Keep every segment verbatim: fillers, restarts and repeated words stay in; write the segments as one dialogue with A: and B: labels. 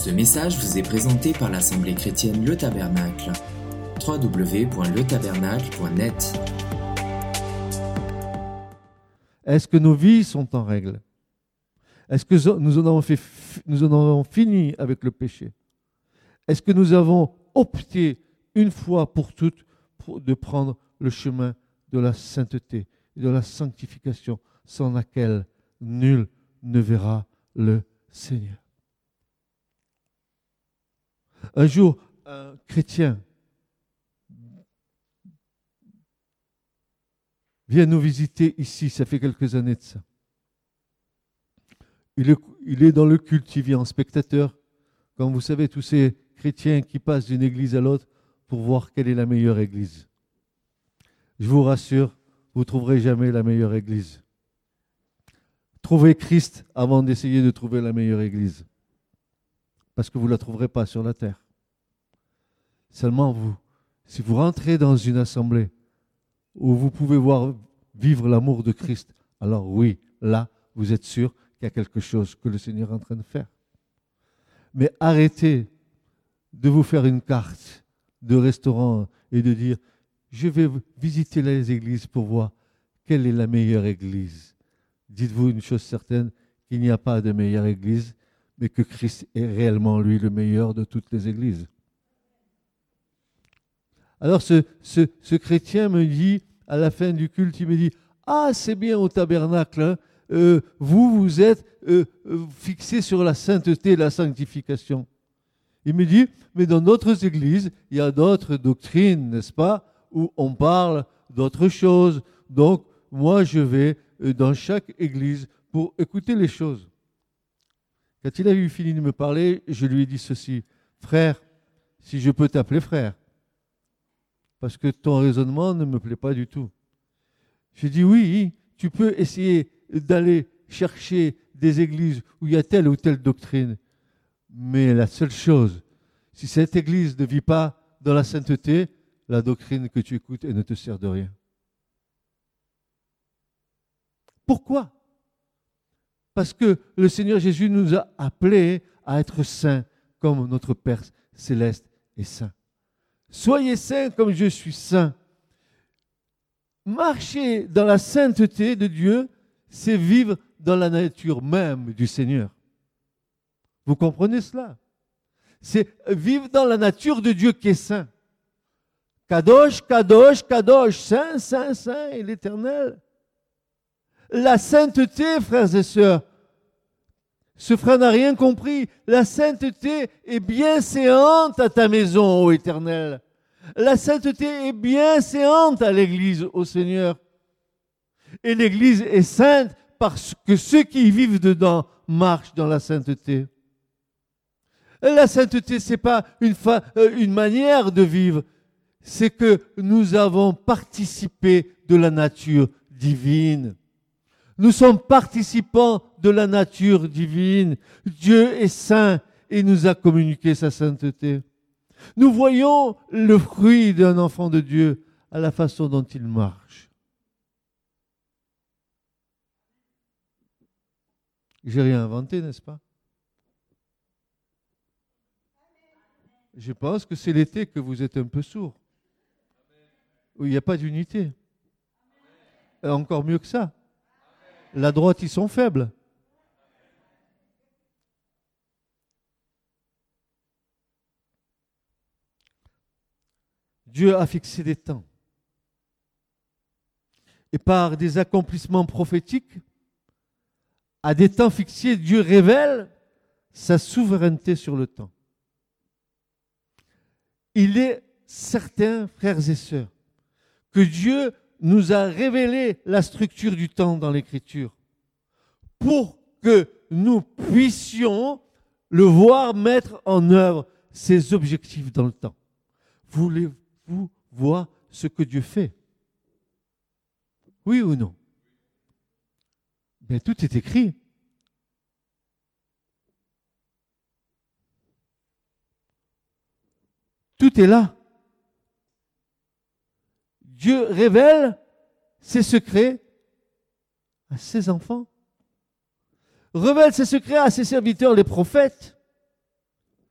A: Ce message vous est présenté par l'Assemblée chrétienne Le Tabernacle. w w w point le tabernacle point net.
B: Est-ce que nos vies sont en règle? Est-ce que nous en avons, fait, nous en avons fini avec le péché? Est-ce que nous avons opté une fois pour toutes pour, de prendre le chemin de la sainteté et de la sanctification sans laquelle nul ne verra le Seigneur? Un jour, un chrétien vient nous visiter ici, ça fait quelques années de ça. Il est, il est dans le culte, il vient en spectateur. Comme vous savez, tous ces chrétiens qui passent d'une église à l'autre pour voir quelle est la meilleure église. Je vous rassure, vous ne trouverez jamais la meilleure église. Trouvez Christ avant d'essayer de trouver la meilleure église. Parce que vous ne la trouverez pas sur la terre. Seulement vous, si vous rentrez dans une assemblée où vous pouvez voir vivre l'amour de Christ, alors oui, là, vous êtes sûr qu'il y a quelque chose que le Seigneur est en train de faire. Mais arrêtez de vous faire une carte de restaurant et de dire « Je vais visiter les églises pour voir quelle est la meilleure église. » Dites-vous une chose certaine, qu'il n'y a pas de meilleure église, mais que Christ est réellement, lui, le meilleur de toutes les églises. Alors ce, ce, ce chrétien me dit, à la fin du culte, il me dit « Ah, c'est bien au tabernacle, hein, euh, vous, vous êtes euh, euh, fixés sur la sainteté et la sanctification. » Il me dit « Mais dans d'autres églises, il y a d'autres doctrines, n'est-ce pas, où on parle d'autres choses. Donc, moi, je vais euh, dans chaque église pour écouter les choses. » Quand il a eu fini de me parler, je lui ai dit ceci. « Frère, si je peux t'appeler frère, parce que ton raisonnement ne me plaît pas du tout. » J'ai dit « Oui, tu peux essayer d'aller chercher des églises où il y a telle ou telle doctrine. Mais la seule chose, si cette église ne vit pas dans la sainteté, la doctrine que tu écoutes, elle ne te sert de rien. » Pourquoi ? Parce que le Seigneur Jésus nous a appelés à être saints comme notre Père céleste est saint. Soyez saints comme je suis saint. Marcher dans la sainteté de Dieu, c'est vivre dans la nature même du Seigneur. Vous comprenez cela? C'est vivre dans la nature de Dieu qui est saint. Kadosh, Kadosh, Kadosh, saint, saint, saint et l'Éternel. La sainteté, frères et sœurs, ce frère n'a rien compris. La sainteté est bienséante à ta maison, ô Éternel. La sainteté est bienséante à l'Église, ô Seigneur. Et l'Église est sainte parce que ceux qui y vivent dedans marchent dans la sainteté. La sainteté, ce n'est pas une, fa- une manière de vivre, c'est que nous avons participé de la nature divine. Nous sommes participants de la nature divine. Dieu est saint et nous a communiqué sa sainteté. Nous voyons le fruit d'un enfant de Dieu à la façon dont il marche. J'ai rien inventé, n'est-ce pas? Je pense que c'est l'été que vous êtes un peu sourds. Où il n'y a pas d'unité. Et encore mieux que ça. La droite, ils sont faibles. Dieu a fixé des temps. Et par des accomplissements prophétiques, à des temps fixés, Dieu révèle sa souveraineté sur le temps. Il est certain, frères et sœurs, que Dieu nous a révélé la structure du temps dans l'Écriture pour que nous puissions le voir mettre en œuvre ses objectifs dans le temps. Voulez-vous voir ce que Dieu fait? Oui ou non? Bien, tout est écrit. Tout est là. Dieu révèle ses secrets à ses enfants. Révèle ses secrets à ses serviteurs, les prophètes.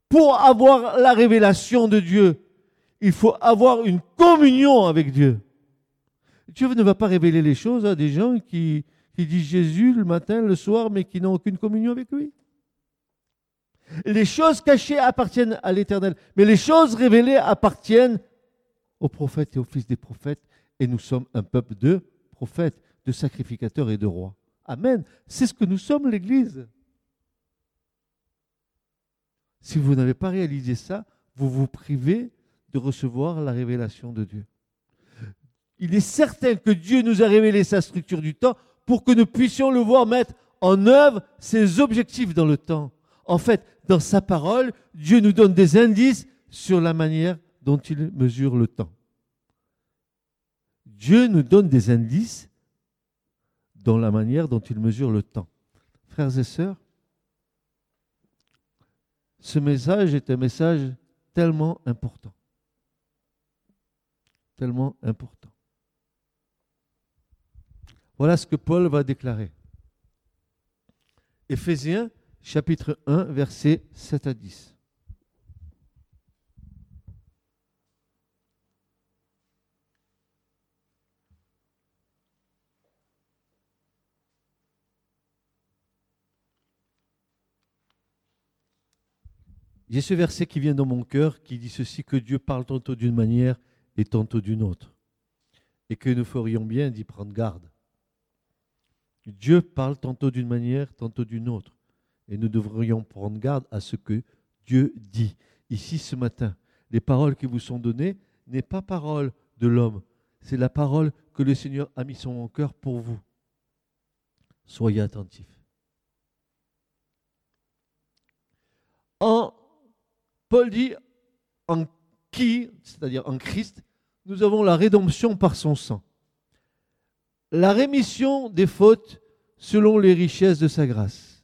B: Pour avoir la révélation de Dieu, il faut avoir une communion avec Dieu. Dieu ne va pas révéler les choses à des gens qui, qui disent Jésus le matin, le soir, mais qui n'ont aucune communion avec lui. Les choses cachées appartiennent à l'Éternel, mais les choses révélées appartiennent aux prophètes et aux fils des prophètes, et nous sommes un peuple de prophètes, de sacrificateurs et de rois. Amen. C'est ce que nous sommes, l'Église. Si vous n'avez pas réalisé ça, vous vous privez de recevoir la révélation de Dieu. Il est certain que Dieu nous a révélé sa structure du temps pour que nous puissions le voir mettre en œuvre ses objectifs dans le temps. En fait, dans sa parole, Dieu nous donne des indices sur la manière dont il mesure le temps. Dieu nous donne des indices dans la manière dont il mesure le temps. Frères et sœurs, ce message est un message tellement important. Tellement important. Voilà ce que Paul va déclarer. Éphésiens, chapitre un, versets sept à dix. J'ai ce verset qui vient dans mon cœur qui dit ceci, que Dieu parle tantôt d'une manière et tantôt d'une autre, et que nous ferions bien d'y prendre garde. Dieu parle tantôt d'une manière, tantôt d'une autre, et nous devrions prendre garde à ce que Dieu dit. Ici, ce matin, les paroles qui vous sont données n'est pas parole de l'homme, c'est la parole que le Seigneur a mis sur mon cœur pour vous. Soyez attentifs. En Paul dit, en qui, c'est-à-dire en Christ, nous avons la rédemption par son sang. La rémission des fautes selon les richesses de sa grâce.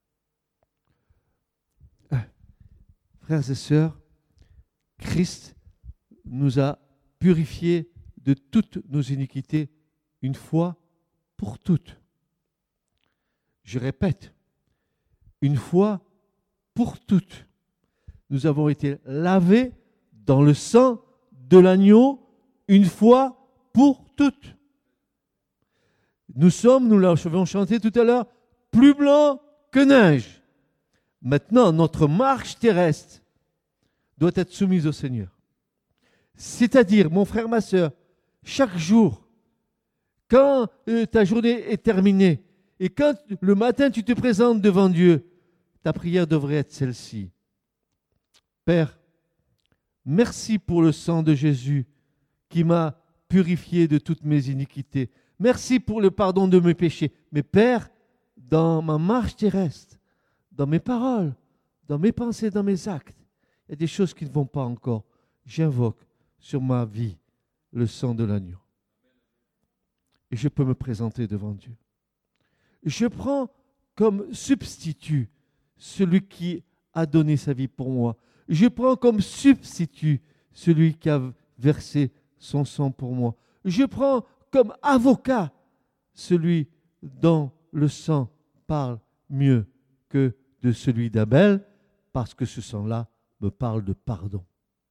B: Frères et sœurs, Christ nous a purifiés de toutes nos iniquités une fois pour toutes. Je répète, une fois pour toutes. Nous avons été lavés dans le sang de l'agneau une fois pour toutes. Nous sommes, nous l'avons chanté tout à l'heure, plus blancs que neige. Maintenant, notre marche terrestre doit être soumise au Seigneur. C'est-à-dire, mon frère, ma sœur, chaque jour, quand euh, ta journée est terminée et quand le matin tu te présentes devant Dieu, ta prière devrait être celle-ci. Père, merci pour le sang de Jésus qui m'a purifié de toutes mes iniquités. Merci pour le pardon de mes péchés. Mais Père, dans ma marche terrestre, dans mes paroles, dans mes pensées, dans mes actes, il y a des choses qui ne vont pas encore. J'invoque sur ma vie le sang de l'agneau. Et je peux me présenter devant Dieu. Je prends comme substitut celui qui a donné sa vie pour moi. Je prends comme substitut celui qui a versé son sang pour moi. Je prends comme avocat celui dont le sang parle mieux que de celui d'Abel, parce que ce sang-là me parle de pardon.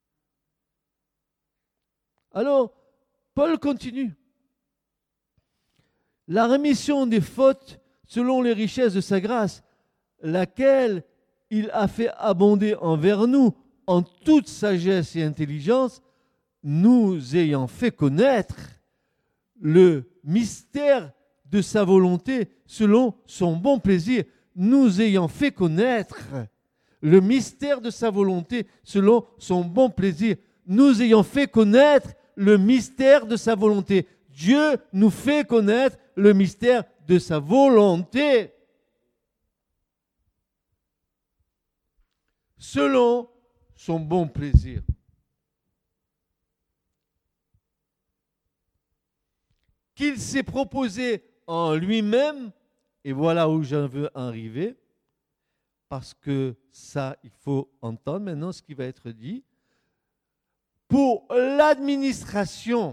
B: Alors, Paul continue. La rémission des fautes selon les richesses de sa grâce, laquelle il a fait abonder envers nous en toute sagesse et intelligence, nous ayant fait connaître le mystère de sa volonté selon son bon plaisir, nous ayant fait connaître le mystère de sa volonté selon son bon plaisir, nous ayant fait connaître le mystère de sa volonté. Dieu nous fait connaître le mystère de sa volonté selon son bon plaisir. Qu'il s'est proposé en lui-même, et voilà où j'en veux arriver, parce que ça, il faut entendre maintenant ce qui va être dit, pour l'administration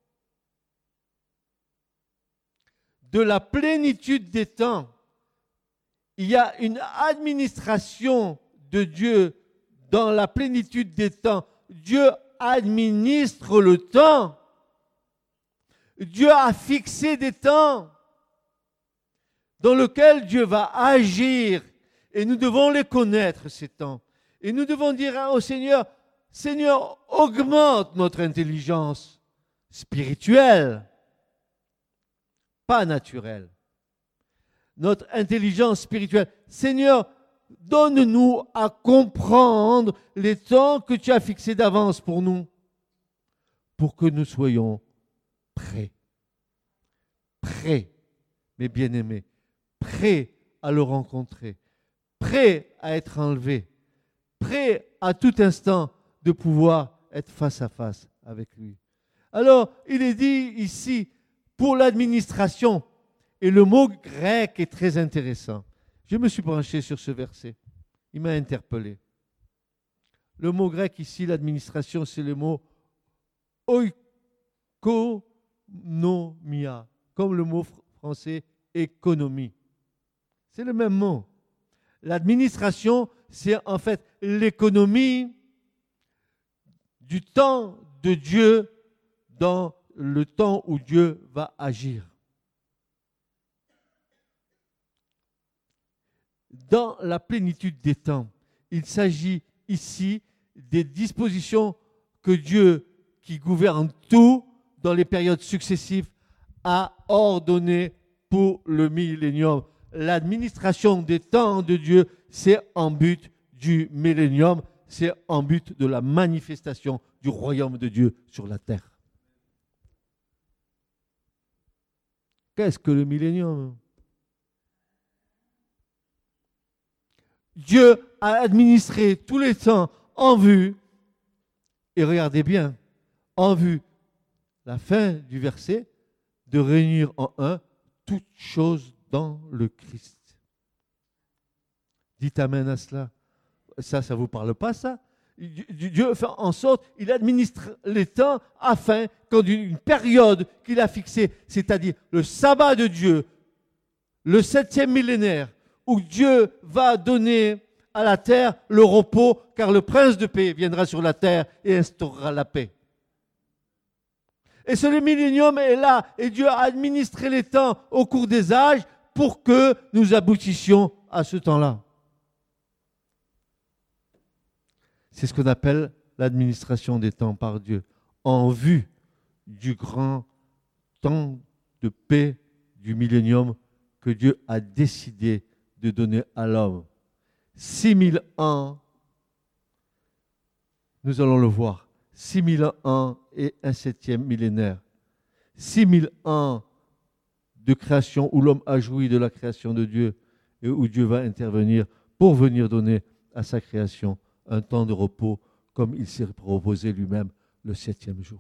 B: de la plénitude des temps. Il y a une administration de Dieu dans la plénitude des temps. Dieu administre le temps. Dieu a fixé des temps dans lesquels Dieu va agir. Et nous devons les connaître, ces temps. Et nous devons dire au Seigneur, Seigneur, augmente notre intelligence spirituelle, pas naturelle. Notre intelligence spirituelle. Seigneur, donne-nous à comprendre les temps que tu as fixés d'avance pour nous, pour que nous soyons prêts. Prêts, mes bien-aimés, prêts à le rencontrer, prêts à être enlevés, prêts à tout instant de pouvoir être face à face avec lui. Alors, il est dit ici, pour l'administration, et le mot grec est très intéressant. Je me suis branché sur ce verset. Il m'a interpellé. Le mot grec ici, l'administration, c'est le mot oikonomia, comme le mot français économie. C'est le même mot. L'administration, c'est en fait l'économie du temps de Dieu dans le temps où Dieu va agir. Dans la plénitude des temps, il s'agit ici des dispositions que Dieu, qui gouverne tout dans les périodes successives, a ordonnées pour le millénium. L'administration des temps de Dieu, c'est en but du millénium, c'est en but de la manifestation du royaume de Dieu sur la terre. Qu'est-ce que le millénium ? Dieu a administré tous les temps en vue, et regardez bien, en vue, la fin du verset, de réunir en un toutes choses dans le Christ. Dites amen à cela. Ça, ça ne vous parle pas, ça ? Dieu fait en sorte, il administre les temps afin qu'en une période qu'il a fixée, c'est-à-dire le sabbat de Dieu, le septième millénaire, où Dieu va donner à la terre le repos, car le prince de paix viendra sur la terre et instaurera la paix. Et ce millénium est là, et Dieu a administré les temps au cours des âges pour que nous aboutissions à ce temps-là. C'est ce qu'on appelle l'administration des temps par Dieu, en vue du grand temps de paix du millénium que Dieu a décidé de donner à l'homme. Six mille ans, nous allons le voir, six mille ans et un septième millénaire. Six mille ans de création où l'homme a joui de la création de Dieu et où Dieu va intervenir pour venir donner à sa création un temps de repos comme il s'est proposé lui-même le septième jour.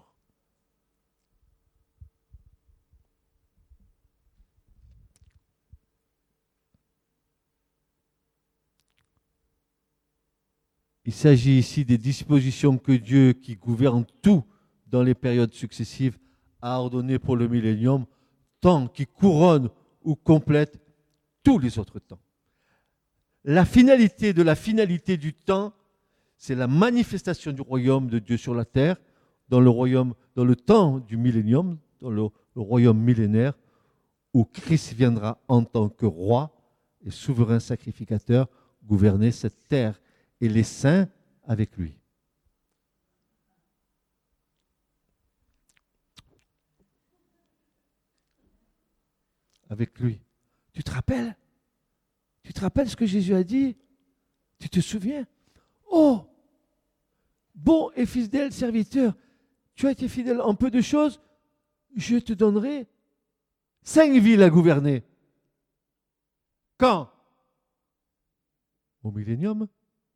B: Il s'agit ici des dispositions que Dieu, qui gouverne tout dans les périodes successives, a ordonnées pour le millénium, temps qui couronne ou complète tous les autres temps. La finalité de la finalité du temps, c'est la manifestation du royaume de Dieu sur la terre, dans le royaume, dans le temps du millénium, dans le, le royaume millénaire, où Christ viendra en tant que roi et souverain sacrificateur gouverner cette terre et les saints avec lui. Avec lui. Tu te rappelles ? Tu te rappelles ce que Jésus a dit ? Tu te souviens ? Oh, bon et fidèle serviteur, tu as été fidèle en peu de choses, je te donnerai cinq villes à gouverner. Quand ? Au millénium.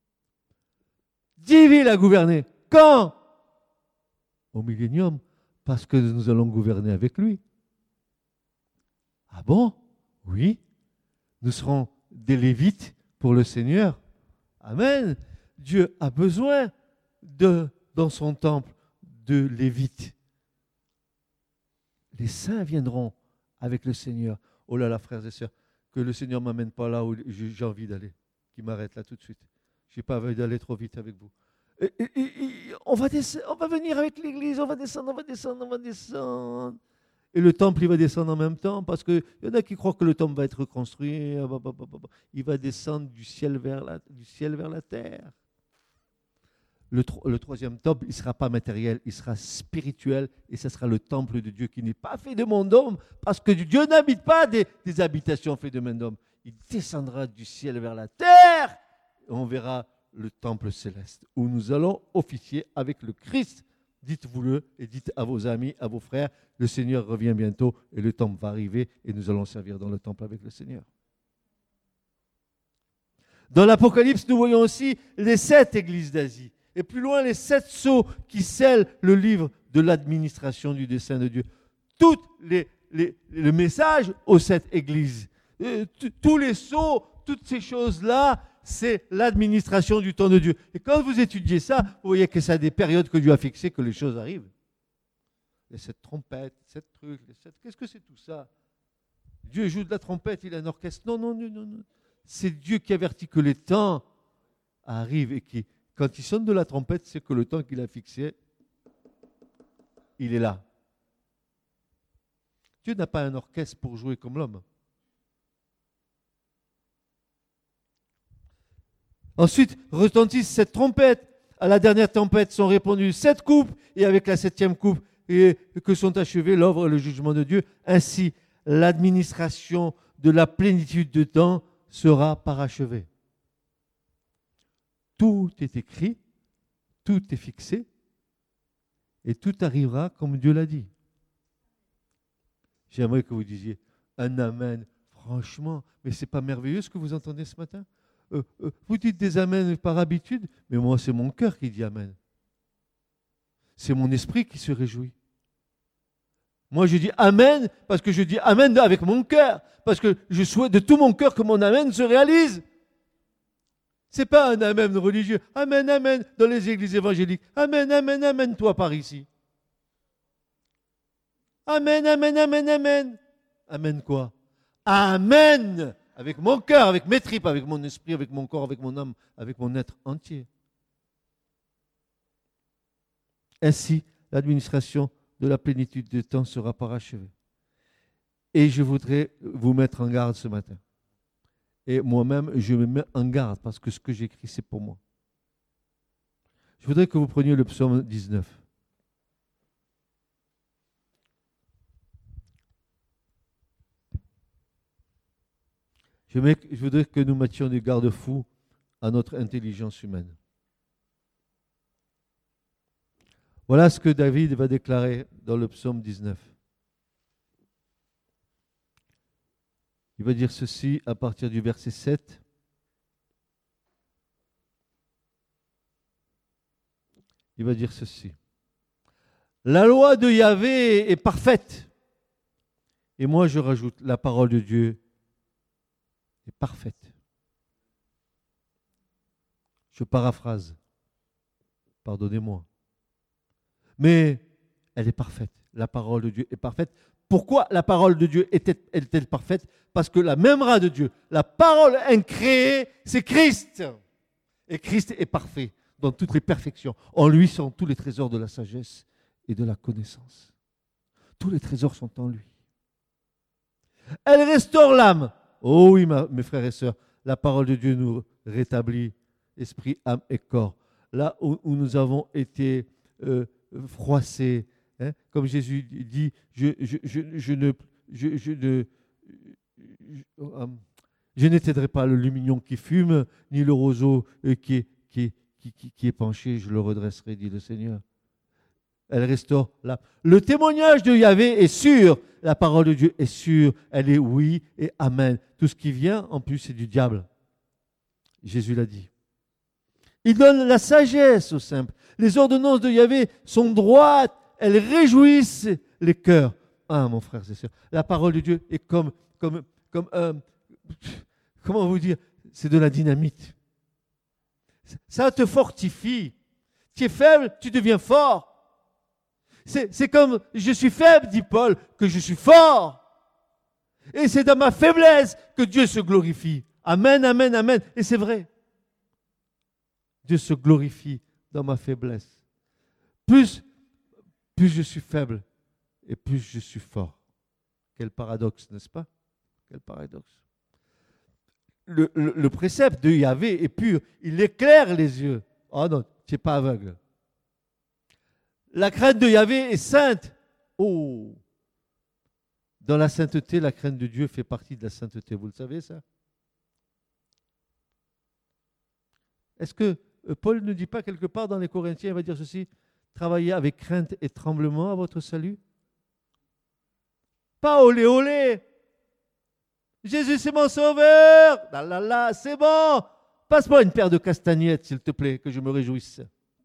B: Dix villes à gouverner. Quand ? Au millénium, parce que nous allons gouverner avec lui. Ah bon ? Oui. Nous serons des Lévites pour le Seigneur. Amen. Dieu a besoin de, dans son temple, de Lévites. Les saints viendront avec le Seigneur. Oh là là, frères et sœurs, que le Seigneur ne m'amène pas là où j'ai envie d'aller, qu'il m'arrête là tout de suite. Je n'ai pas envie d'aller trop vite avec vous. Et, et, et, et, on, va descendre, on va venir avec l'église, on va descendre, on va descendre, on va descendre. Et le temple, il va descendre en même temps, parce qu'il y en a qui croient que le temple va être reconstruit. Il va descendre du ciel vers la, du ciel vers la terre. Le, le troisième temple, il ne sera pas matériel, il sera spirituel, et ce sera le temple de Dieu qui n'est pas fait de main d'homme, parce que Dieu n'habite pas des, des habitations faites de main d'homme. Il descendra du ciel vers la terre, et on verra le temple céleste, où nous allons officier avec le Christ. Dites-vous-le et dites à vos amis, à vos frères, le Seigneur revient bientôt et le temple va arriver et nous allons servir dans le temple avec le Seigneur. Dans l'Apocalypse, nous voyons aussi les sept églises d'Asie. Et plus loin, les sept sceaux qui scellent le livre de l'administration du dessein de Dieu. Tous les, les, les messages aux sept églises, euh, tous les sceaux, toutes ces choses-là, c'est l'administration du temps de Dieu. Et quand vous étudiez ça, vous voyez que c'est à des périodes que Dieu a fixées que les choses arrivent. Les sept trompettes, sept trucs, les sept... Qu'est-ce que c'est tout ça? Dieu joue de la trompette, il a un orchestre. Non, non, non, non, non. C'est Dieu qui avertit que les temps arrivent et qui, quand il sonne de la trompette, c'est que le temps qu'il a fixé, il est là. Dieu n'a pas un orchestre pour jouer comme l'homme. Ensuite, retentissent cette trompette. À la dernière tempête sont répandues sept coupes, et avec la septième coupe, et que sont achevées l'œuvre et le jugement de Dieu. Ainsi, l'administration de la plénitude de temps sera parachevée. Tout est écrit, tout est fixé, et tout arrivera comme Dieu l'a dit. J'aimerais que vous disiez un amen, franchement, mais ce n'est pas merveilleux ce que vous entendez ce matin? Euh, euh, vous dites des amens par habitude, mais moi c'est mon cœur qui dit amen. C'est mon esprit qui se réjouit. Moi je dis amen parce que je dis amen avec mon cœur, parce que je souhaite de tout mon cœur que mon amen se réalise. Ce n'est pas un amen religieux. Amen, amen dans les églises évangéliques. Amen, amen, amen toi par ici. Amen, amen, amen, amen. Amen quoi? Amen avec mon cœur, avec mes tripes, avec mon esprit, avec mon corps, avec mon âme, avec mon être entier. Ainsi, l'administration de la plénitude du temps sera parachevée. Et je voudrais vous mettre en garde ce matin. Et moi-même, je me mets en garde parce que ce que j'écris, c'est pour moi. Je voudrais que vous preniez le psaume dix-neuf. Je, mets, je voudrais que nous mettions des garde-fous à notre intelligence humaine. Voilà ce que David va déclarer dans le psaume dix-neuf. Il va dire ceci à partir du verset sept. Il va dire ceci. La loi de Yahvé est parfaite. Et moi je rajoute, la parole de Dieu est parfaite. Je paraphrase. Pardonnez-moi. Mais elle est parfaite. La parole de Dieu est parfaite. Pourquoi la parole de Dieu est-elle parfaite? Parce que la memra de Dieu, la parole incréée, c'est Christ. Et Christ est parfait dans toutes les perfections. En lui sont tous les trésors de la sagesse et de la connaissance. Tous les trésors sont en lui. Elle restaure l'âme. Oh oui, ma, mes frères et sœurs, la parole de Dieu nous rétablit esprit, âme et corps. Là où, où nous avons été euh, froissés, hein, comme Jésus dit, je, je, je, je ne, je, je ne, je, je n'éteindrai pas le lumignon qui fume, ni le roseau euh, qui, est, qui, est, qui, qui, qui est penché, je le redresserai, dit le Seigneur. Elle restaure l'âme. Le témoignage de Yahvé est sûr. La parole de Dieu est sûre. Elle est oui et amen. Tout ce qui vient, en plus, c'est du diable. Jésus l'a dit. Il donne la sagesse aux simples. Les ordonnances de Yahvé sont droites. Elles réjouissent les cœurs. Ah, mon frère, c'est sûr. La parole de Dieu est comme, comme, comme euh, comment vous dire, c'est de la dynamite. Ça te fortifie. Tu es faible, tu deviens fort. C'est, c'est comme je suis faible, dit Paul, que je suis fort. Et c'est dans ma faiblesse que Dieu se glorifie. Amen, amen, amen. Et c'est vrai. Dieu se glorifie dans ma faiblesse. Plus, plus je suis faible et plus je suis fort. Quel paradoxe, n'est-ce pas? Quel paradoxe. Le, le, le précepte de Yahvé est pur. Il éclaire les yeux. Oh non, tu n'es pas aveugle. La crainte de Yahvé est sainte. Oh! Dans la sainteté, la crainte de Dieu fait partie de la sainteté. Vous le savez, ça? Est-ce que Paul ne dit pas quelque part dans les Corinthiens, il va dire ceci, travaillez avec crainte et tremblement à votre salut? Pas olé olé! Jésus, c'est mon sauveur! Là, là, là, c'est bon! Passe-moi une paire de castagnettes, s'il te plaît, que je me réjouisse.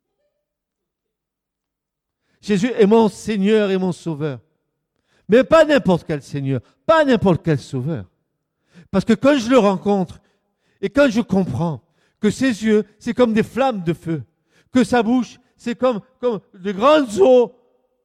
B: Jésus est mon Seigneur et mon Sauveur. Mais pas n'importe quel Seigneur, pas n'importe quel Sauveur. Parce que quand je le rencontre et quand je comprends que ses yeux, c'est comme des flammes de feu, que sa bouche, c'est comme, comme de grandes eaux,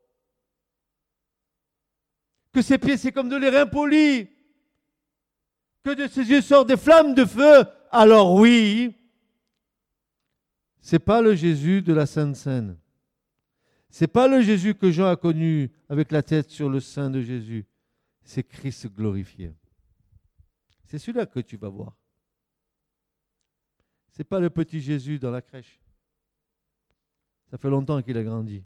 B: que ses pieds, c'est comme de l'airain poli, que de ses yeux sortent des flammes de feu, alors oui, c'est pas le Jésus de la Sainte Seine. C'est pas le Jésus que Jean a connu avec la tête sur le sein de Jésus. C'est Christ glorifié. C'est celui-là que tu vas voir. C'est pas le petit Jésus dans la crèche. Ça fait longtemps qu'il a grandi.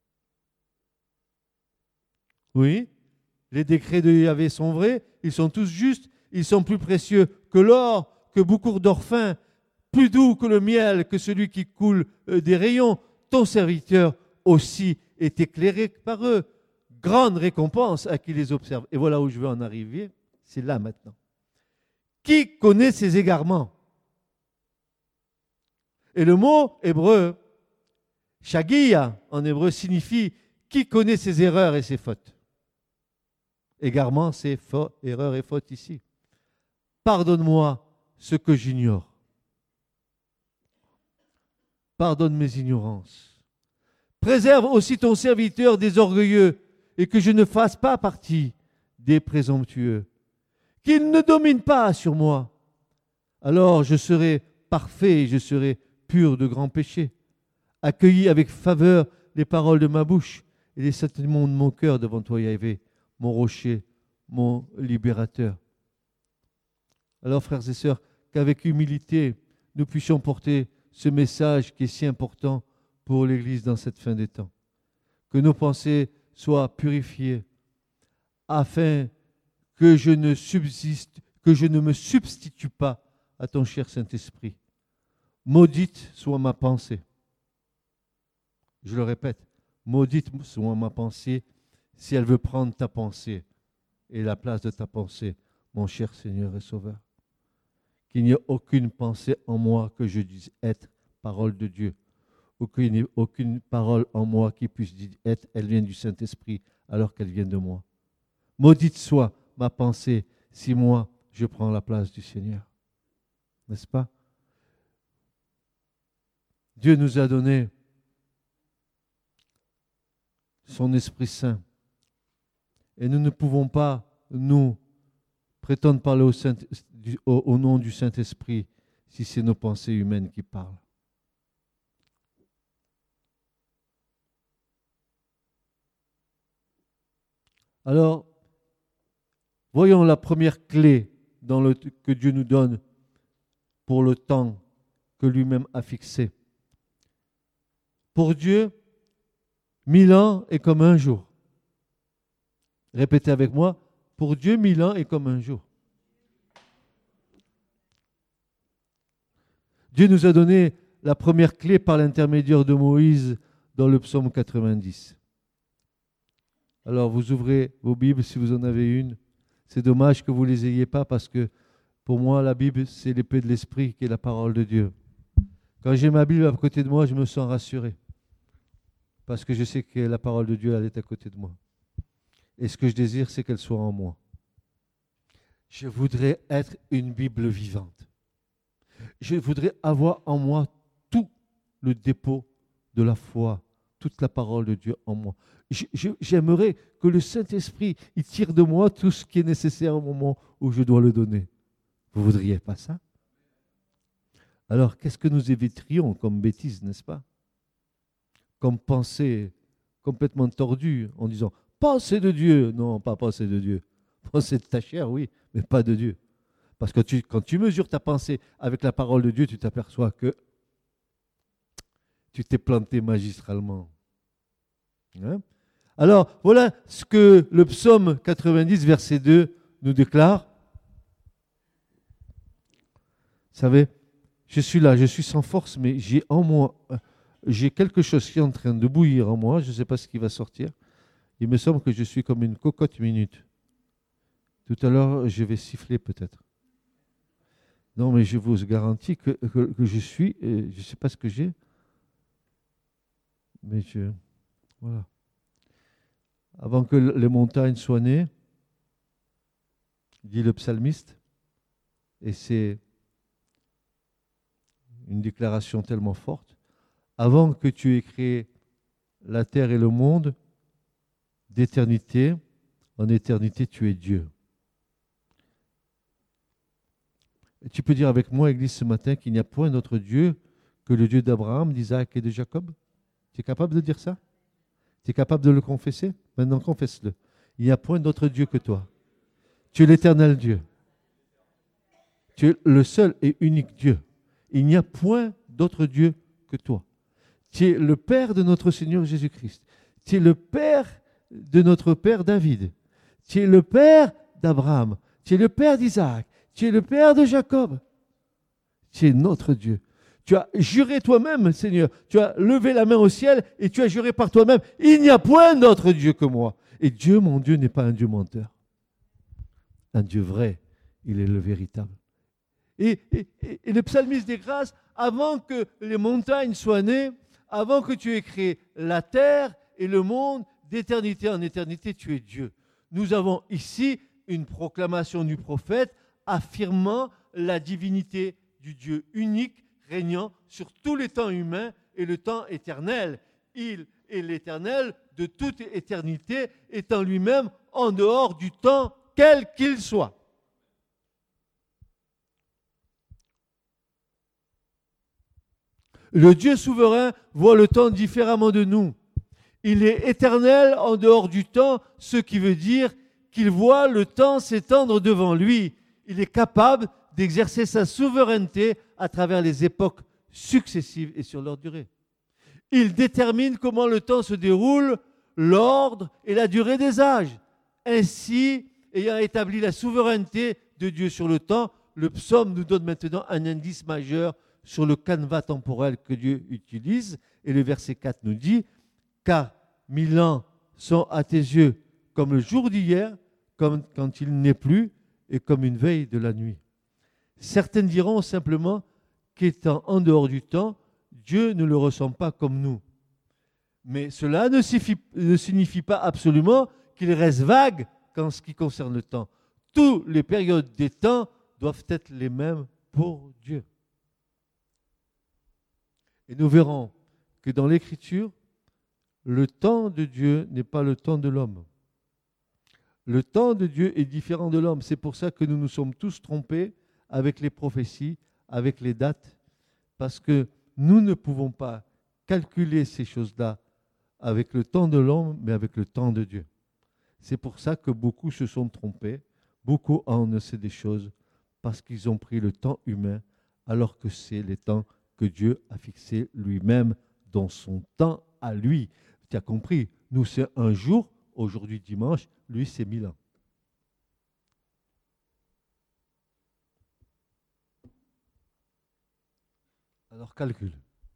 B: Oui, les décrets de Yahvé sont vrais, ils sont tous justes, ils sont plus précieux que l'or, que beaucoup d'or fin, plus doux que le miel, que celui qui coule des rayons. Ton serviteur aussi est éclairé par eux. Grande récompense à qui les observe. Et voilà où je veux en arriver, c'est là maintenant. Qui connaît ses égarements? Et le mot hébreu, shagia, en hébreu, signifie qui connaît ses erreurs et ses fautes. Égarement, c'est faute, erreur et faute ici. Pardonne-moi ce que j'ignore. Pardonne mes ignorances. Préserve aussi ton serviteur des orgueilleux et que je ne fasse pas partie des présomptueux. Qu'il ne domine pas sur moi. Alors je serai parfait et je serai pur de grands péchés. Accueillis avec faveur les paroles de ma bouche et les sentiments de mon cœur devant toi, Yahvé, mon rocher, mon libérateur. Alors, frères et sœurs, qu'avec humilité, nous puissions porter ce message qui est si important pour l'Église dans cette fin des temps. Que nos pensées soient purifiées afin que je ne subsiste, que je ne me substitue pas à ton cher Saint-Esprit. Maudite soit ma pensée. Je le répète, maudite soit ma pensée si elle veut prendre ta pensée et la place de ta pensée, mon cher Seigneur et Sauveur. Qu'il n'y ait aucune pensée en moi que je dise être parole de Dieu. Aucune, aucune parole en moi qui puisse dire être, elle vient du Saint-Esprit alors qu'elle vient de moi. Maudite soit ma pensée si moi je prends la place du Seigneur. N'est-ce pas? Dieu nous a donné son Esprit Saint. Et nous ne pouvons pas, nous, prétendre parler au, Saint, au, au nom du Saint-Esprit si c'est nos pensées humaines qui parlent. Alors, voyons la première clé dans le, que Dieu nous donne pour le temps que lui-même a fixé. Pour Dieu, mille ans est comme un jour. Répétez avec moi, pour Dieu, mille ans est comme un jour. Dieu nous a donné la première clé par l'intermédiaire de Moïse dans le psaume quatre-vingt-dix. Alors vous ouvrez vos Bibles si vous en avez une. C'est dommage que vous ne les ayez pas parce que pour moi, la Bible, c'est l'épée de l'Esprit qui est la parole de Dieu. Quand j'ai ma Bible à côté de moi, je me sens rassuré. Parce que je sais que la parole de Dieu, elle est à côté de moi. Et ce que je désire, c'est qu'elle soit en moi. Je voudrais être une Bible vivante. Je voudrais avoir en moi tout le dépôt de la foi, toute la parole de Dieu en moi. Je, je, j'aimerais que le Saint-Esprit il tire de moi tout ce qui est nécessaire au moment où je dois le donner. Vous ne voudriez pas ça? Alors, qu'est-ce que nous éviterions comme bêtise, n'est-ce pas? Comme pensée complètement tordue en disant « pensée de Dieu ». Non, pas pensée de Dieu. Pensée de ta chair, oui, mais pas de Dieu. Parce que tu, quand tu mesures ta pensée avec la parole de Dieu, tu t'aperçois que tu t'es planté magistralement. Hein? Alors, voilà ce que le psaume quatre-vingt-dix, verset deux, nous déclare. Vous savez, je suis là, je suis sans force, mais j'ai en moi, j'ai quelque chose qui est en train de bouillir en moi, je ne sais pas ce qui va sortir. Il me semble que je suis comme une cocotte minute. Tout à l'heure, je vais siffler peut-être. Non, mais je vous garantis que, que, que je suis, et je ne sais pas ce que j'ai, mais je... Voilà. Avant que les montagnes soient nées, dit le psalmiste, et c'est une déclaration tellement forte, avant que tu aies créé la terre et le monde, d'éternité, en éternité tu es Dieu. Et tu peux dire avec moi, Église, ce matin, qu'il n'y a point d'autre Dieu que le Dieu d'Abraham, d'Isaac et de Jacob. Tu es capable de dire ça? Tu es capable de le confesser? Maintenant, confesse-le. Il n'y a point d'autre Dieu que toi. Tu es l'éternel Dieu. Tu es le seul et unique Dieu. Il n'y a point d'autre Dieu que toi. Tu es le Père de notre Seigneur Jésus-Christ. Tu es le Père de notre Père David. Tu es le Père d'Abraham. Tu es le Père d'Isaac. Tu es le Père de Jacob. Tu es notre Dieu. Tu as juré toi-même, Seigneur. Tu as levé la main au ciel et tu as juré par toi-même. Il n'y a point d'autre Dieu que moi. Et Dieu, mon Dieu, n'est pas un Dieu menteur. Un Dieu vrai. Il est le véritable. Et, et, et le psalmiste des grâces, avant que les montagnes soient nées, avant que tu aies créé la terre et le monde, d'éternité en éternité, tu es Dieu. Nous avons ici une proclamation du prophète affirmant la divinité du Dieu unique régnant sur tous les temps humains et le temps éternel. Il est l'éternel de toute éternité, étant lui-même en dehors du temps, quel qu'il soit. Le Dieu souverain voit le temps différemment de nous. Il est éternel en dehors du temps, ce qui veut dire qu'il voit le temps s'étendre devant lui. Il est capable d'exercer sa souveraineté à travers les époques successives et sur leur durée. Il détermine comment le temps se déroule, l'ordre et la durée des âges. Ainsi, ayant établi la souveraineté de Dieu sur le temps, le psaume nous donne maintenant un indice majeur sur le canevas temporel que Dieu utilise. Et le verset quatre nous dit « Car mille ans sont à tes yeux comme le jour d'hier, comme quand il n'est plus, et comme une veille de la nuit. » Certains diront simplement qu'étant en dehors du temps, Dieu ne le ressent pas comme nous. Mais cela ne signifie, ne signifie pas absolument qu'il reste vague en ce qui concerne le temps. Toutes les périodes des temps doivent être les mêmes pour Dieu. Et nous verrons que dans l'Écriture, le temps de Dieu n'est pas le temps de l'homme. Le temps de Dieu est différent de l'homme. C'est pour ça que nous nous sommes tous trompés avec les prophéties, avec les dates, parce que nous ne pouvons pas calculer ces choses-là avec le temps de l'homme, mais avec le temps de Dieu. C'est pour ça que beaucoup se sont trompés, beaucoup en sait des choses, parce qu'ils ont pris le temps humain, alors que c'est les temps que Dieu a fixés lui-même dans son temps à lui. Tu as compris, nous c'est un jour, aujourd'hui dimanche, lui c'est mille ans. Alors calcule.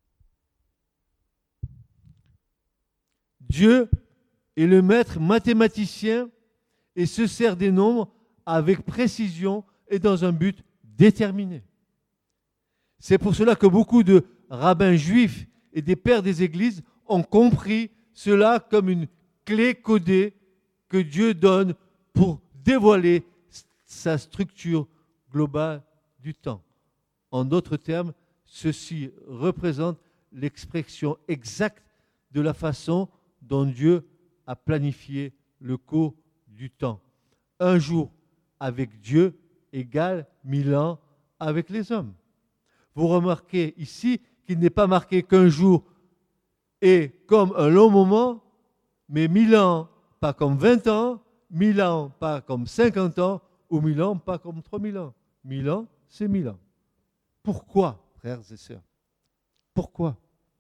B: Dieu est le maître mathématicien et se sert des nombres avec précision et dans un but déterminé. C'est pour cela que beaucoup de rabbins juifs et des pères des églises ont compris cela comme une clé codée que Dieu donne pour dévoiler sa structure globale du temps. En d'autres termes, ceci représente l'expression exacte de la façon dont Dieu a planifié le cours du temps. Un jour avec Dieu égale mille ans avec les hommes. Vous remarquez ici qu'il n'est pas marqué qu'un jour est comme un long moment, mais mille ans, pas comme vingt ans, mille ans, pas comme cinquante ans, ou mille ans, pas comme trois mille ans. Mille ans, c'est mille ans. Pourquoi, frères et sœurs? Pourquoi?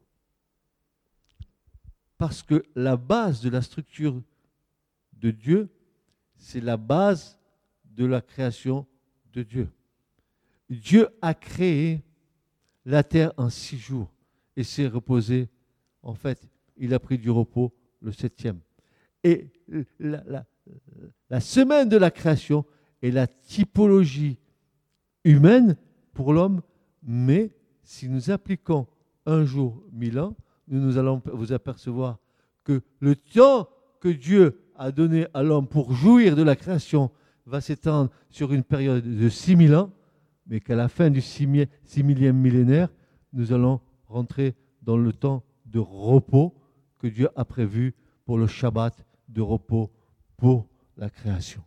B: Parce que la base de la structure de Dieu, c'est la base de la création de Dieu. Dieu a créé la terre en six jours et s'est reposé. En fait, il a pris du repos le septième. Et la, la, la semaine de la création est la typologie humaine pour l'homme, mais si nous appliquons un jour, mille ans, nous, nous allons vous apercevoir que le temps que Dieu a donné à l'homme pour jouir de la création va s'étendre sur une période de six mille ans, mais qu'à la fin du six millième millénaire, nous allons rentrer dans le temps de repos que Dieu a prévu pour le Shabbat, de repos pour la création.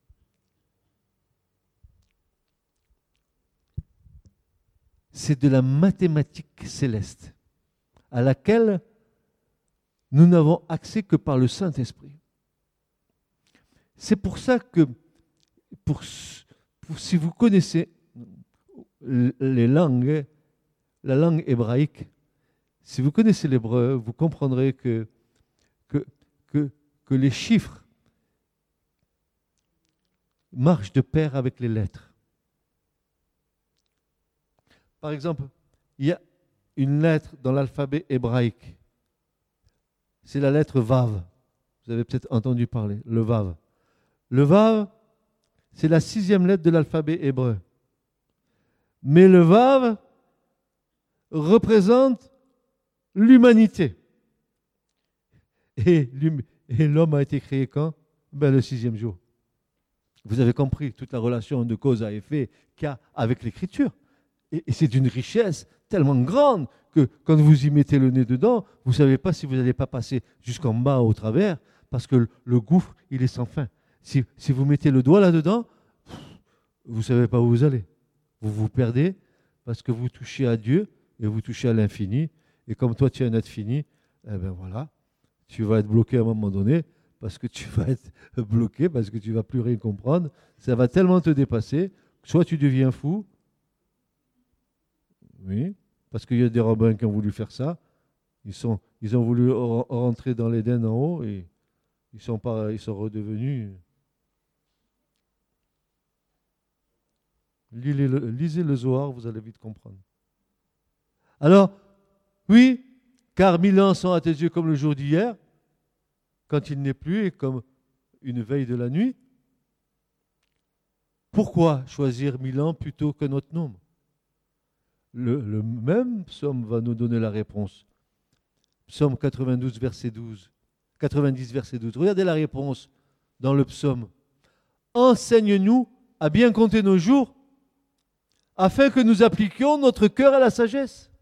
B: C'est de la mathématique céleste à laquelle nous n'avons accès que par le Saint-Esprit. C'est pour ça que, pour, pour, si vous connaissez les langues, la langue hébraïque, si vous connaissez l'hébreu, vous comprendrez que, que, que, que les chiffres marchent de pair avec les lettres. Par exemple, il y a une lettre dans l'alphabet hébraïque. C'est la lettre Vav. Vous avez peut-être entendu parler, le Vav. Le Vav, c'est la sixième lettre de l'alphabet hébreu. Mais le Vav représente l'humanité. Et, et l'homme a été créé quand? Ben, le sixième jour. Vous avez compris toute la relation de cause à effet qu'il y a avec l'écriture. Et, et c'est d'une richesse tellement grande que quand vous y mettez le nez dedans, vous ne savez pas si vous n'allez pas passer jusqu'en bas au travers, parce que le, le gouffre, il est sans fin. Si, si vous mettez le doigt là-dedans, vous ne savez pas où vous allez. Vous vous perdez parce que vous touchez à Dieu et vous touchez à l'infini. Et comme toi, tu es un être fini, eh bien voilà, tu vas être bloqué à un moment donné parce que tu vas être bloqué, parce que tu ne vas plus rien comprendre. Ça va tellement te dépasser, soit tu deviens fou, oui, parce qu'il y a des rabbins qui ont voulu faire ça. Ils, sont, ils ont voulu rentrer dans l'Éden en haut et ils sont, pas, ils sont redevenus... Lisez le, lisez le Zohar, vous allez vite comprendre. Alors, oui, car mille ans sont à tes yeux comme le jour d'hier, quand il n'est plus, et comme une veille de la nuit. Pourquoi choisir mille ans plutôt qu'un autre nombre? le, le même psaume va nous donner la réponse. Psaume quatre-vingt-douze, verset douze. quatre-vingt-dix, verset douze. Regardez la réponse dans le psaume. Enseigne-nous à bien compter nos jours, afin que nous appliquions notre cœur à la sagesse.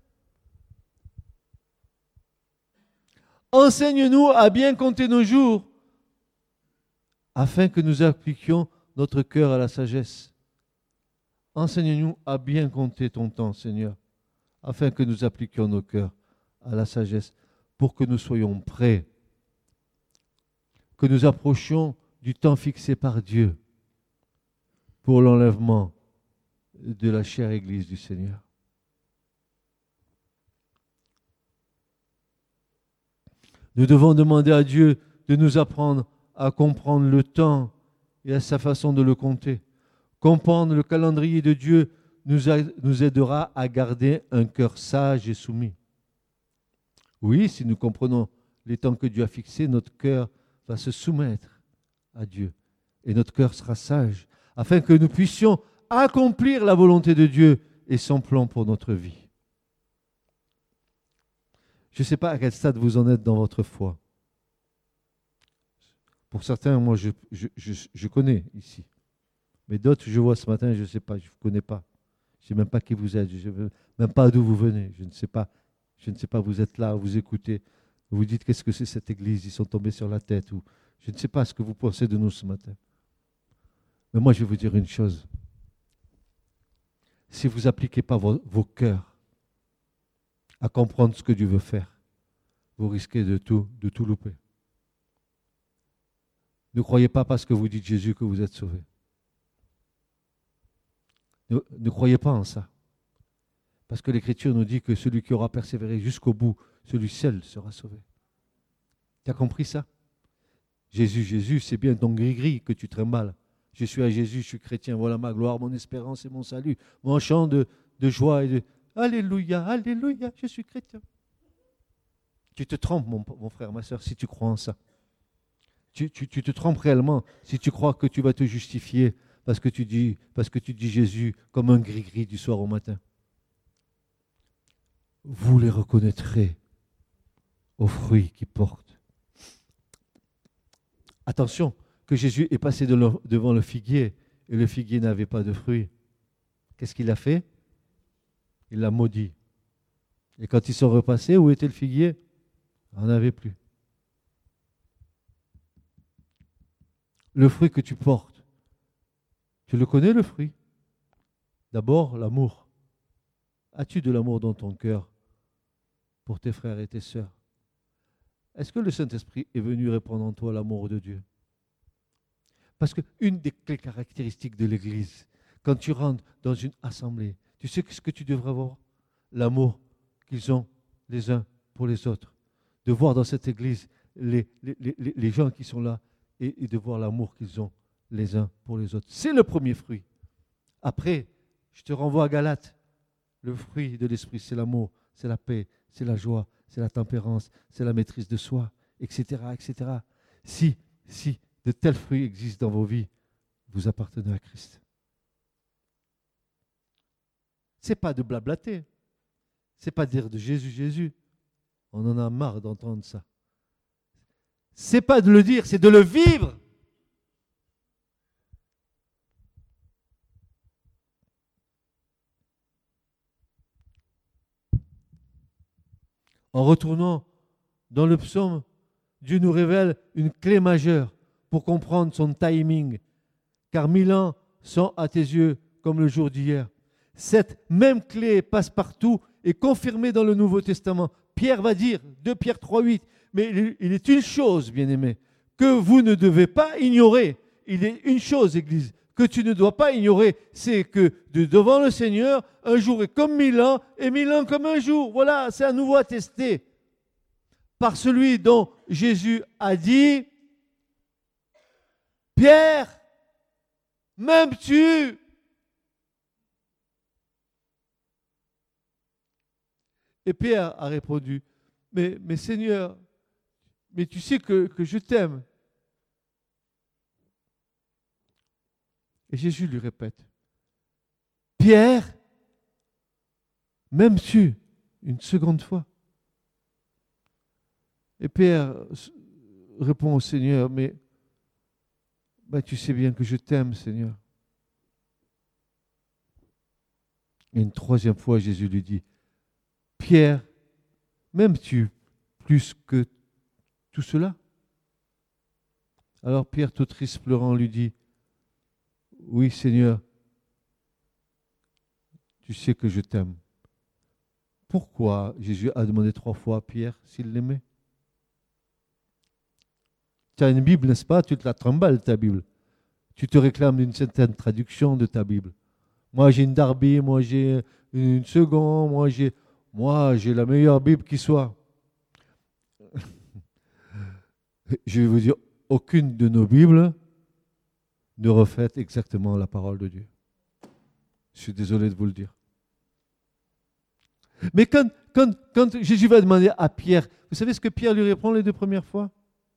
B: Enseigne-nous à bien compter nos jours, afin que nous appliquions notre cœur à la sagesse. Enseigne-nous à bien compter ton temps, Seigneur, afin que nous appliquions nos cœurs à la sagesse, pour que nous soyons prêts, que nous approchions du temps fixé par Dieu pour l'enlèvement de la chère Église du Seigneur. Nous devons demander à Dieu de nous apprendre à comprendre le temps et à sa façon de le compter. Comprendre le calendrier de Dieu nous, a, nous aidera à garder un cœur sage et soumis. Oui, si nous comprenons les temps que Dieu a fixés, notre cœur va se soumettre à Dieu et notre cœur sera sage, afin que nous puissions accomplir la volonté de Dieu et son plan pour notre vie. Je ne sais pas à quel stade vous en êtes dans votre foi. Pour certains, moi, je, je, je, je connais ici. Mais d'autres, je vois ce matin, je ne sais pas, je ne vous connais pas. Je ne sais même pas qui vous êtes, je ne sais même pas d'où vous venez. Je ne sais pas, je ne sais pas, vous êtes là, vous écoutez, vous dites qu'est-ce que c'est cette église, ils sont tombés sur la tête. Ou, je ne sais pas ce que vous pensez de nous ce matin. Mais moi, je vais vous dire une chose. si vous n'appliquez pas vos, vos cœurs à comprendre ce que Dieu veut faire, vous risquez de tout, de tout louper. Ne croyez pas parce que vous dites Jésus que vous êtes sauvé. Ne, ne croyez pas en ça. Parce que l'Écriture nous dit que celui qui aura persévéré jusqu'au bout, celui seul sera sauvé. Tu as compris ça? Jésus, Jésus, c'est bien ton gris-gris que tu trimbales. Je suis à Jésus, je suis chrétien, voilà ma gloire, mon espérance et mon salut. Mon chant de, de joie et de Alléluia, Alléluia, je suis chrétien. Tu te trompes, mon, mon frère, ma soeur, si tu crois en ça. Tu, tu, tu te trompes réellement si tu crois que tu vas te justifier parce que tu dis, parce que tu dis Jésus comme un gris-gris du soir au matin. Vous les reconnaîtrez aux fruits qu'ils portent. Attention, que Jésus est passé de le, devant le figuier et le figuier n'avait pas de fruits. Qu'est-ce qu'il a fait? Il l'a maudit. Et quand ils sont repassés, où était le figuier? Il n'en avait plus. Le fruit que tu portes, tu le connais le fruit? D'abord, l'amour. As-tu de l'amour dans ton cœur pour tes frères et tes sœurs? Est-ce que le Saint-Esprit est venu répandre en toi l'amour de Dieu? Parce qu'une des clés caractéristiques de l'Église, quand tu rentres dans une assemblée, tu sais ce que tu devrais voir? L'amour qu'ils ont les uns pour les autres. De voir dans cette Église les, les, les, les gens qui sont là et, et de voir l'amour qu'ils ont les uns pour les autres. C'est le premier fruit. Après, je te renvoie à Galates. Le fruit de l'esprit, c'est l'amour, c'est la paix, c'est la joie, c'est la tempérance, c'est la maîtrise de soi, et cetera, et cetera. Si, si de tels fruits existent dans vos vies, vous appartenez à Christ. Ce n'est pas de blablater. Ce n'est pas de dire de Jésus, Jésus. On en a marre d'entendre ça. Ce n'est pas de le dire, c'est de le vivre. En retournant dans le psaume, Dieu nous révèle une clé majeure pour comprendre son timing. Car mille ans sont à tes yeux comme le jour d'hier. Cette même clé passe partout et confirmée dans le Nouveau Testament. Pierre va dire, deux Pierre trois, huit, mais il est une chose, bien-aimé, que vous ne devez pas ignorer. Il est une chose, Église, que tu ne dois pas ignorer, c'est que de devant le Seigneur, un jour est comme mille ans et mille ans comme un jour. Voilà, c'est à nouveau attesté par celui dont Jésus a dit, Pierre, m'aimes-tu? Et Pierre a répondu, mais, mais Seigneur, mais tu sais que, que je t'aime. Et Jésus lui répète, Pierre, m'aimes-tu? Une seconde fois. Et Pierre répond au Seigneur, mais ben, tu sais bien que je t'aime, Seigneur. Et une troisième fois, Jésus lui dit, Pierre, m'aimes-tu plus que tout cela? Alors Pierre, tout triste, pleurant, lui dit, oui, Seigneur, tu sais que je t'aime. Pourquoi Jésus a demandé trois fois à Pierre s'il l'aimait? Tu as une Bible, n'est-ce pas? Tu te la trimbales, ta Bible. Tu te réclames d'une certaine traduction de ta Bible. Moi, j'ai une Darby, moi, j'ai une seconde, moi, j'ai, moi, j'ai la meilleure Bible qui soit. Je vais vous dire, aucune de nos Bibles ne reflète exactement la parole de Dieu. Je suis désolé de vous le dire. Mais quand, quand, quand Jésus va demander à Pierre, vous savez ce que Pierre lui répond les deux premières fois?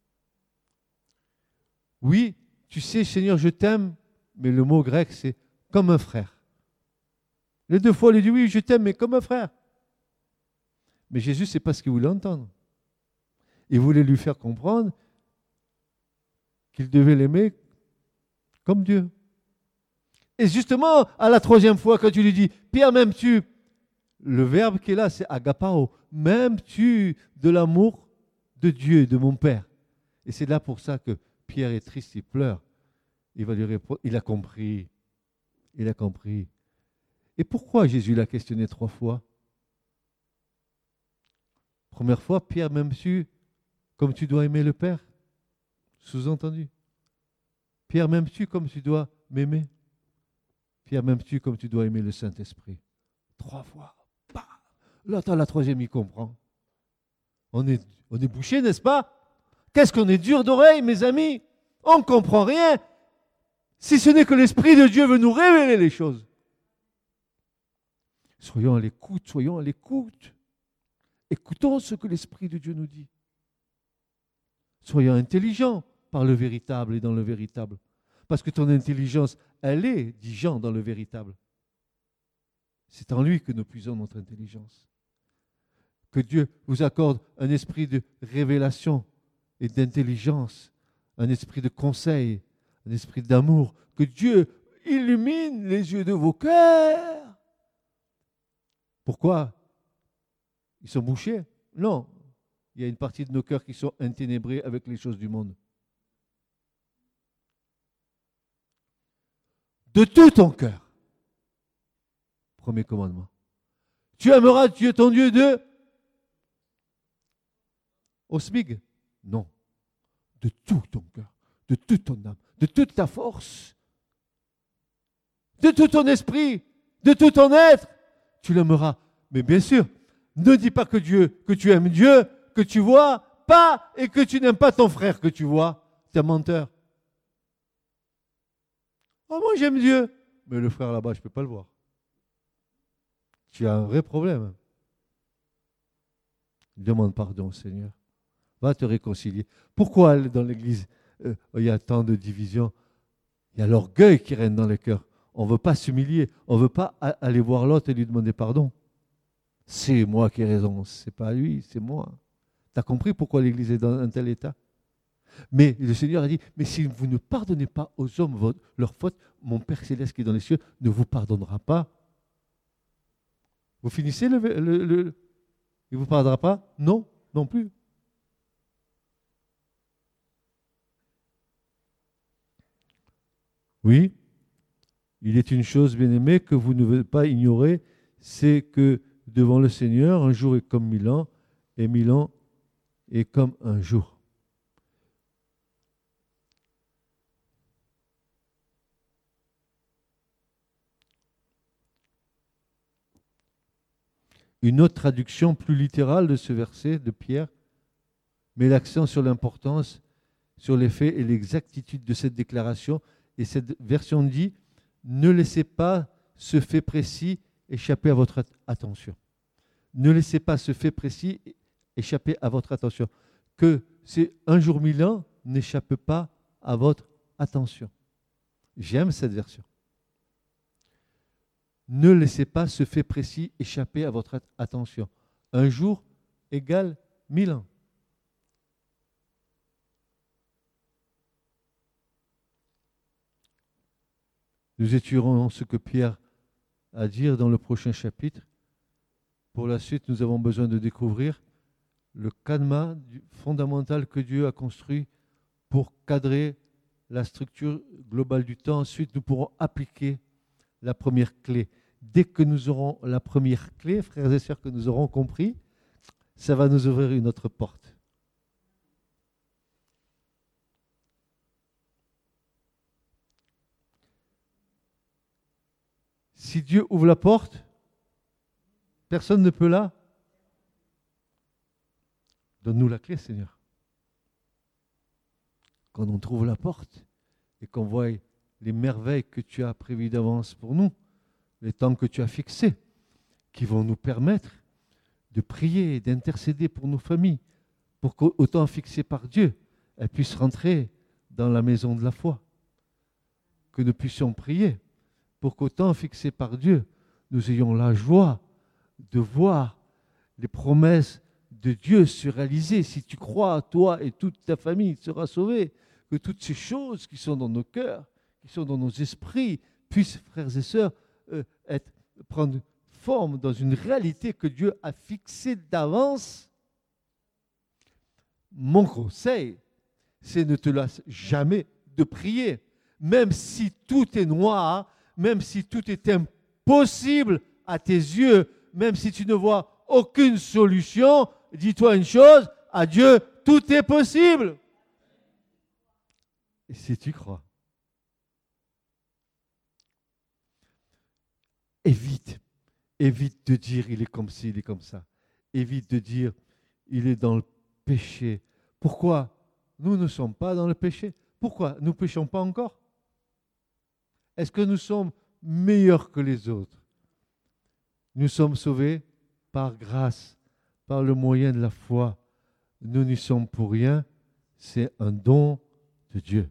B: Oui, tu sais, Seigneur, je t'aime, mais le mot grec, c'est comme un frère. Les deux fois, il lui dit, oui, je t'aime, mais comme un frère. Mais Jésus, ce n'est pas ce qu'il voulait entendre. Il voulait lui faire comprendre qu'il devait l'aimer comme Dieu. Et justement, à la troisième fois, quand tu lui dis, Pierre, m'aimes-tu? Le verbe qui est là, c'est agapao. M'aimes-tu de l'amour de Dieu, de mon Père? Et c'est là pour ça que Pierre est triste, il pleure. Il va lui répondre, il a compris. Il a compris. Et pourquoi Jésus l'a questionné trois fois? Première fois, Pierre même su comme tu dois aimer le Père. Sous-entendu. Pierre même su comme tu dois m'aimer. Pierre même tu comme tu dois aimer le Saint-Esprit. Trois fois. Bah, là, t'as la troisième, il comprend. On est, on est bouché, n'est-ce pas? Qu'est-ce qu'on est dur d'oreille, mes amis? On ne comprend rien. Si ce n'est que l'Esprit de Dieu veut nous révéler les choses. Soyons à l'écoute, soyons à l'écoute. Écoutons ce que l'Esprit de Dieu nous dit. Soyons intelligents par le véritable et dans le véritable. Parce que ton intelligence, elle est, dit Jean, dans le véritable. C'est en lui que nous puisons notre intelligence. Que Dieu vous accorde un esprit de révélation et d'intelligence, un esprit de conseil, un esprit d'amour. Que Dieu illumine les yeux de vos cœurs. Pourquoi? Ils sont bouchés? Non. Il y a une partie de nos cœurs qui sont enténébrés avec les choses du monde. De tout ton cœur. Premier commandement. Tu aimeras Dieu ton Dieu de au smig? Non. De tout ton cœur, de toute ton âme, de toute ta force, de tout ton esprit, de tout ton être. Tu l'aimeras. Mais bien sûr, ne dis pas que Dieu, que tu aimes Dieu, que tu vois pas et que tu n'aimes pas ton frère que tu vois. Tu es un menteur. Oh, moi j'aime Dieu. Mais le frère là-bas, je ne peux pas le voir. Tu as un vrai problème. Demande pardon au Seigneur. Va te réconcilier. Pourquoi dans l'Église, euh, il y a tant de divisions? Il y a l'orgueil qui règne dans les cœurs. On ne veut pas s'humilier. On ne veut pas aller voir l'autre et lui demander pardon. C'est moi qui ai raison. Ce n'est pas lui, c'est moi. Tu as compris pourquoi l'Église est dans un tel état? Mais le Seigneur a dit, mais si vous ne pardonnez pas aux hommes votre, leurs fautes, mon Père Céleste qui est dans les cieux ne vous pardonnera pas. Vous finissez le... le, le il ne vous pardonnera pas? Non, non plus. Oui, il est une chose, bien-aimée, que vous ne devez pas ignorer, c'est que devant le Seigneur, un jour est comme mille ans, et mille ans est comme un jour. Une autre traduction plus littérale de ce verset de Pierre met l'accent sur l'importance, sur l'effet et l'exactitude de cette déclaration. Et cette version dit, ne laissez pas ce fait précis échapper à votre attention. Ne laissez pas ce fait précis échapper à votre attention. Que c'est un jour mille ans n'échappe pas à votre attention. J'aime cette version. Ne laissez pas ce fait précis échapper à votre attention. Un jour égale mille ans. Nous étudierons ce que Pierre a à dire dans le prochain chapitre. Pour la suite, nous avons besoin de découvrir le cadenas fondamental que Dieu a construit pour cadrer la structure globale du temps. Ensuite, nous pourrons appliquer la première clé. Dès que nous aurons la première clé, frères et sœurs, que nous aurons compris, ça va nous ouvrir une autre porte. Si Dieu ouvre la porte, personne ne peut là. Donne-nous la clé, Seigneur. Quand on trouve la porte et qu'on voit les merveilles que tu as prévues d'avance pour nous, les temps que tu as fixés, qui vont nous permettre de prier et d'intercéder pour nos familles, pour qu'au temps fixé par Dieu, elles puissent rentrer dans la maison de la foi. Que nous puissions prier pour qu'au temps fixé par Dieu, nous ayons la joie de voir les promesses de Dieu se réaliser. Si tu crois, toi et toute ta famille sera sauvée, que toutes ces choses qui sont dans nos cœurs, qui sont dans nos esprits, puissent, frères et sœurs, euh, être, prendre forme dans une réalité que Dieu a fixée d'avance. Mon conseil, c'est ne te lasse jamais de prier, même si tout est noir, même si tout est possible à tes yeux, même si tu ne vois aucune solution, dis-toi une chose, à Dieu, tout est possible. Et si tu crois, évite, évite de dire il est comme ci, il est comme ça. Évite de dire il est dans le péché. Pourquoi? Nous ne sommes pas dans le péché. Pourquoi? Nous ne péchons pas encore. Est-ce que nous sommes meilleurs que les autres? Nous sommes sauvés par grâce, par le moyen de la foi. Nous n'y sommes pour rien. C'est un don de Dieu.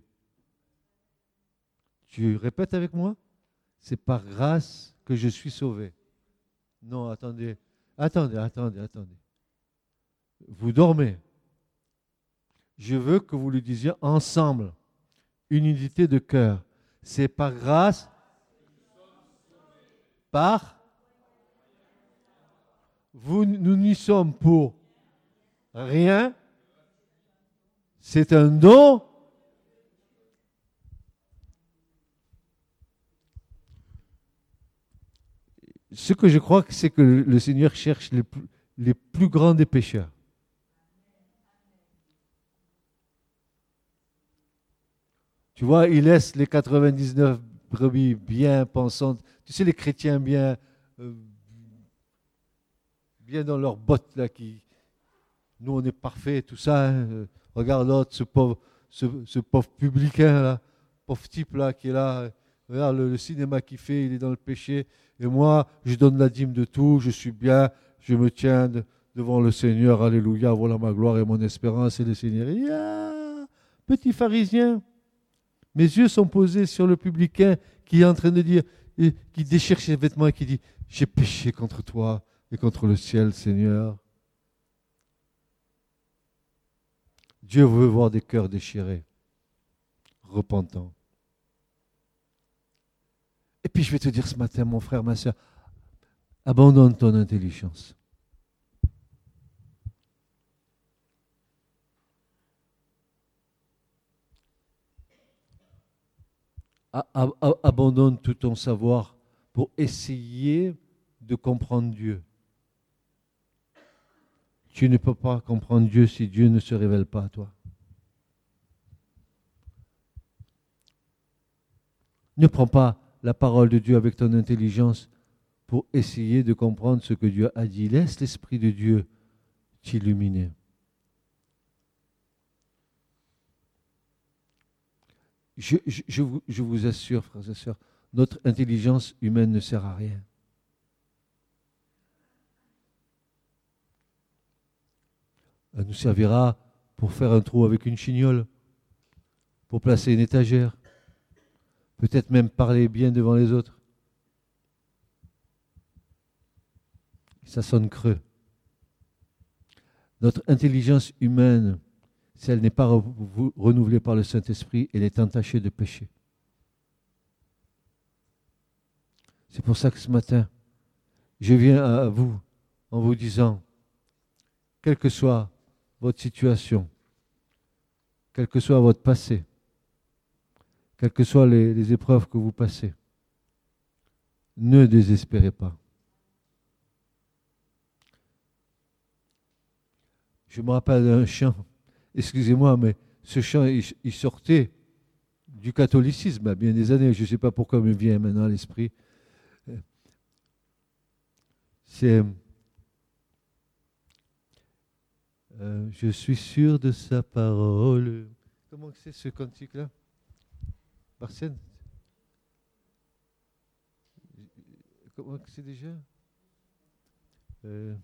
B: Tu répètes avec moi? C'est par grâce que je suis sauvé. Non, attendez, attendez, attendez, attendez. Vous dormez. Je veux que vous le disiez ensemble. Une unité de cœur. C'est par grâce, par... Vous, nous n'y sommes pour rien. C'est un don. Ce que je crois, c'est que le Seigneur cherche les plus, les plus grands des pécheurs. Tu vois, il laisse les quatre-vingt-dix-neuf brebis bien pensantes. Tu sais, les chrétiens bien, euh, bien dans leurs bottes, là, qui, nous, on est parfaits, tout ça. Hein. Regarde l'autre, ce pauvre, ce, ce pauvre publicain, là, pauvre type, là, qui est là. Regarde le, le cinéma qu'il fait, il est dans le péché. Et moi, je donne la dîme de tout, je suis bien, je me tiens de, devant le Seigneur. Alléluia, voilà ma gloire et mon espérance et le Seigneur. Yeah, petit pharisien. Mes yeux sont posés sur le publicain qui est en train de dire, qui déchire ses vêtements et qui dit, j'ai péché contre toi et contre le ciel, Seigneur. Dieu veut voir des cœurs déchirés, repentants. Et puis je vais te dire ce matin, mon frère, ma soeur, abandonne ton intelligence. Abandonne tout ton savoir pour essayer de comprendre Dieu. Tu ne peux pas comprendre Dieu si Dieu ne se révèle pas à toi. Ne prends pas la parole de Dieu avec ton intelligence pour essayer de comprendre ce que Dieu a dit. Laisse l'Esprit de Dieu t'illuminer. Je, je, je, vous, je vous assure, frères et sœurs, notre intelligence humaine ne sert à rien. Elle nous servira pour faire un trou avec une chignole, pour placer une étagère, peut-être même parler bien devant les autres. Ça sonne creux. Notre intelligence humaine, si elle n'est pas re- renouvelée par le Saint-Esprit, elle est entachée de péché. C'est pour ça que ce matin, je viens à vous en vous disant, quelle que soit votre situation, quel que soit votre passé, quelles que soient les, les épreuves que vous passez, ne désespérez pas. Je me rappelle d'un chant, excusez-moi, mais ce chant, il, il sortait du catholicisme à bien des années. Je ne sais pas pourquoi il me vient maintenant à l'esprit. C'est euh, je suis sûr de sa parole. Comment c'est ce cantique-là? Marcène? Comment c'est déjà? euh,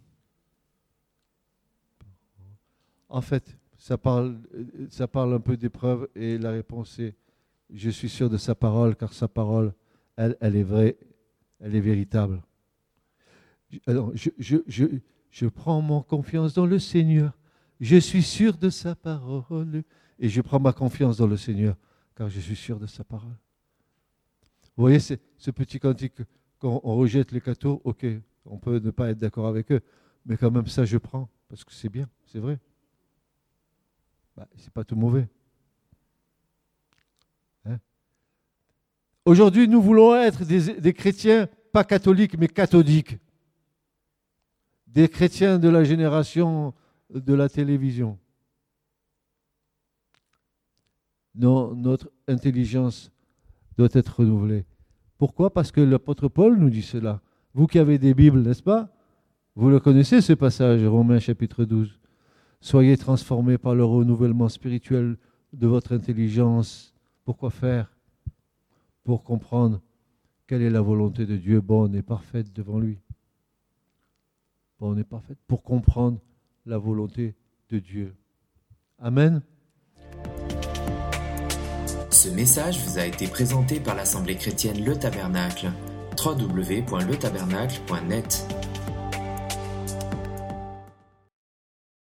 B: En fait, ça parle, ça parle un peu d'épreuve et la réponse est je suis sûr de sa parole car sa parole, elle, elle est vraie, elle est véritable. Alors, je, je, je, je prends mon confiance dans le Seigneur. Je suis sûr de sa parole et je prends ma confiance dans le Seigneur car je suis sûr de sa parole. Vous voyez, c'est ce petit cantique, quand on rejette les cathos, ok, on peut ne pas être d'accord avec eux, mais quand même ça je prends parce que c'est bien, c'est vrai. Bah, c'est pas tout mauvais. Hein? Aujourd'hui, nous voulons être des, des chrétiens pas catholiques, mais cathodiques. Des chrétiens de la génération de la télévision. Non, notre intelligence doit être renouvelée. Pourquoi ? Parce que l'apôtre Paul nous dit cela. Vous qui avez des Bibles, n'est-ce pas ? Vous le connaissez ce passage, Romains chapitre douze. Soyez transformés par le renouvellement spirituel de votre intelligence. Pourquoi faire ? Pour comprendre quelle est la volonté de Dieu bonne et parfaite devant lui. Bonne et parfaite. Pour comprendre la volonté de Dieu. Amen.
A: Ce message vous a été présenté par l'Assemblée chrétienne Le Tabernacle. w w w point le tabernacle point net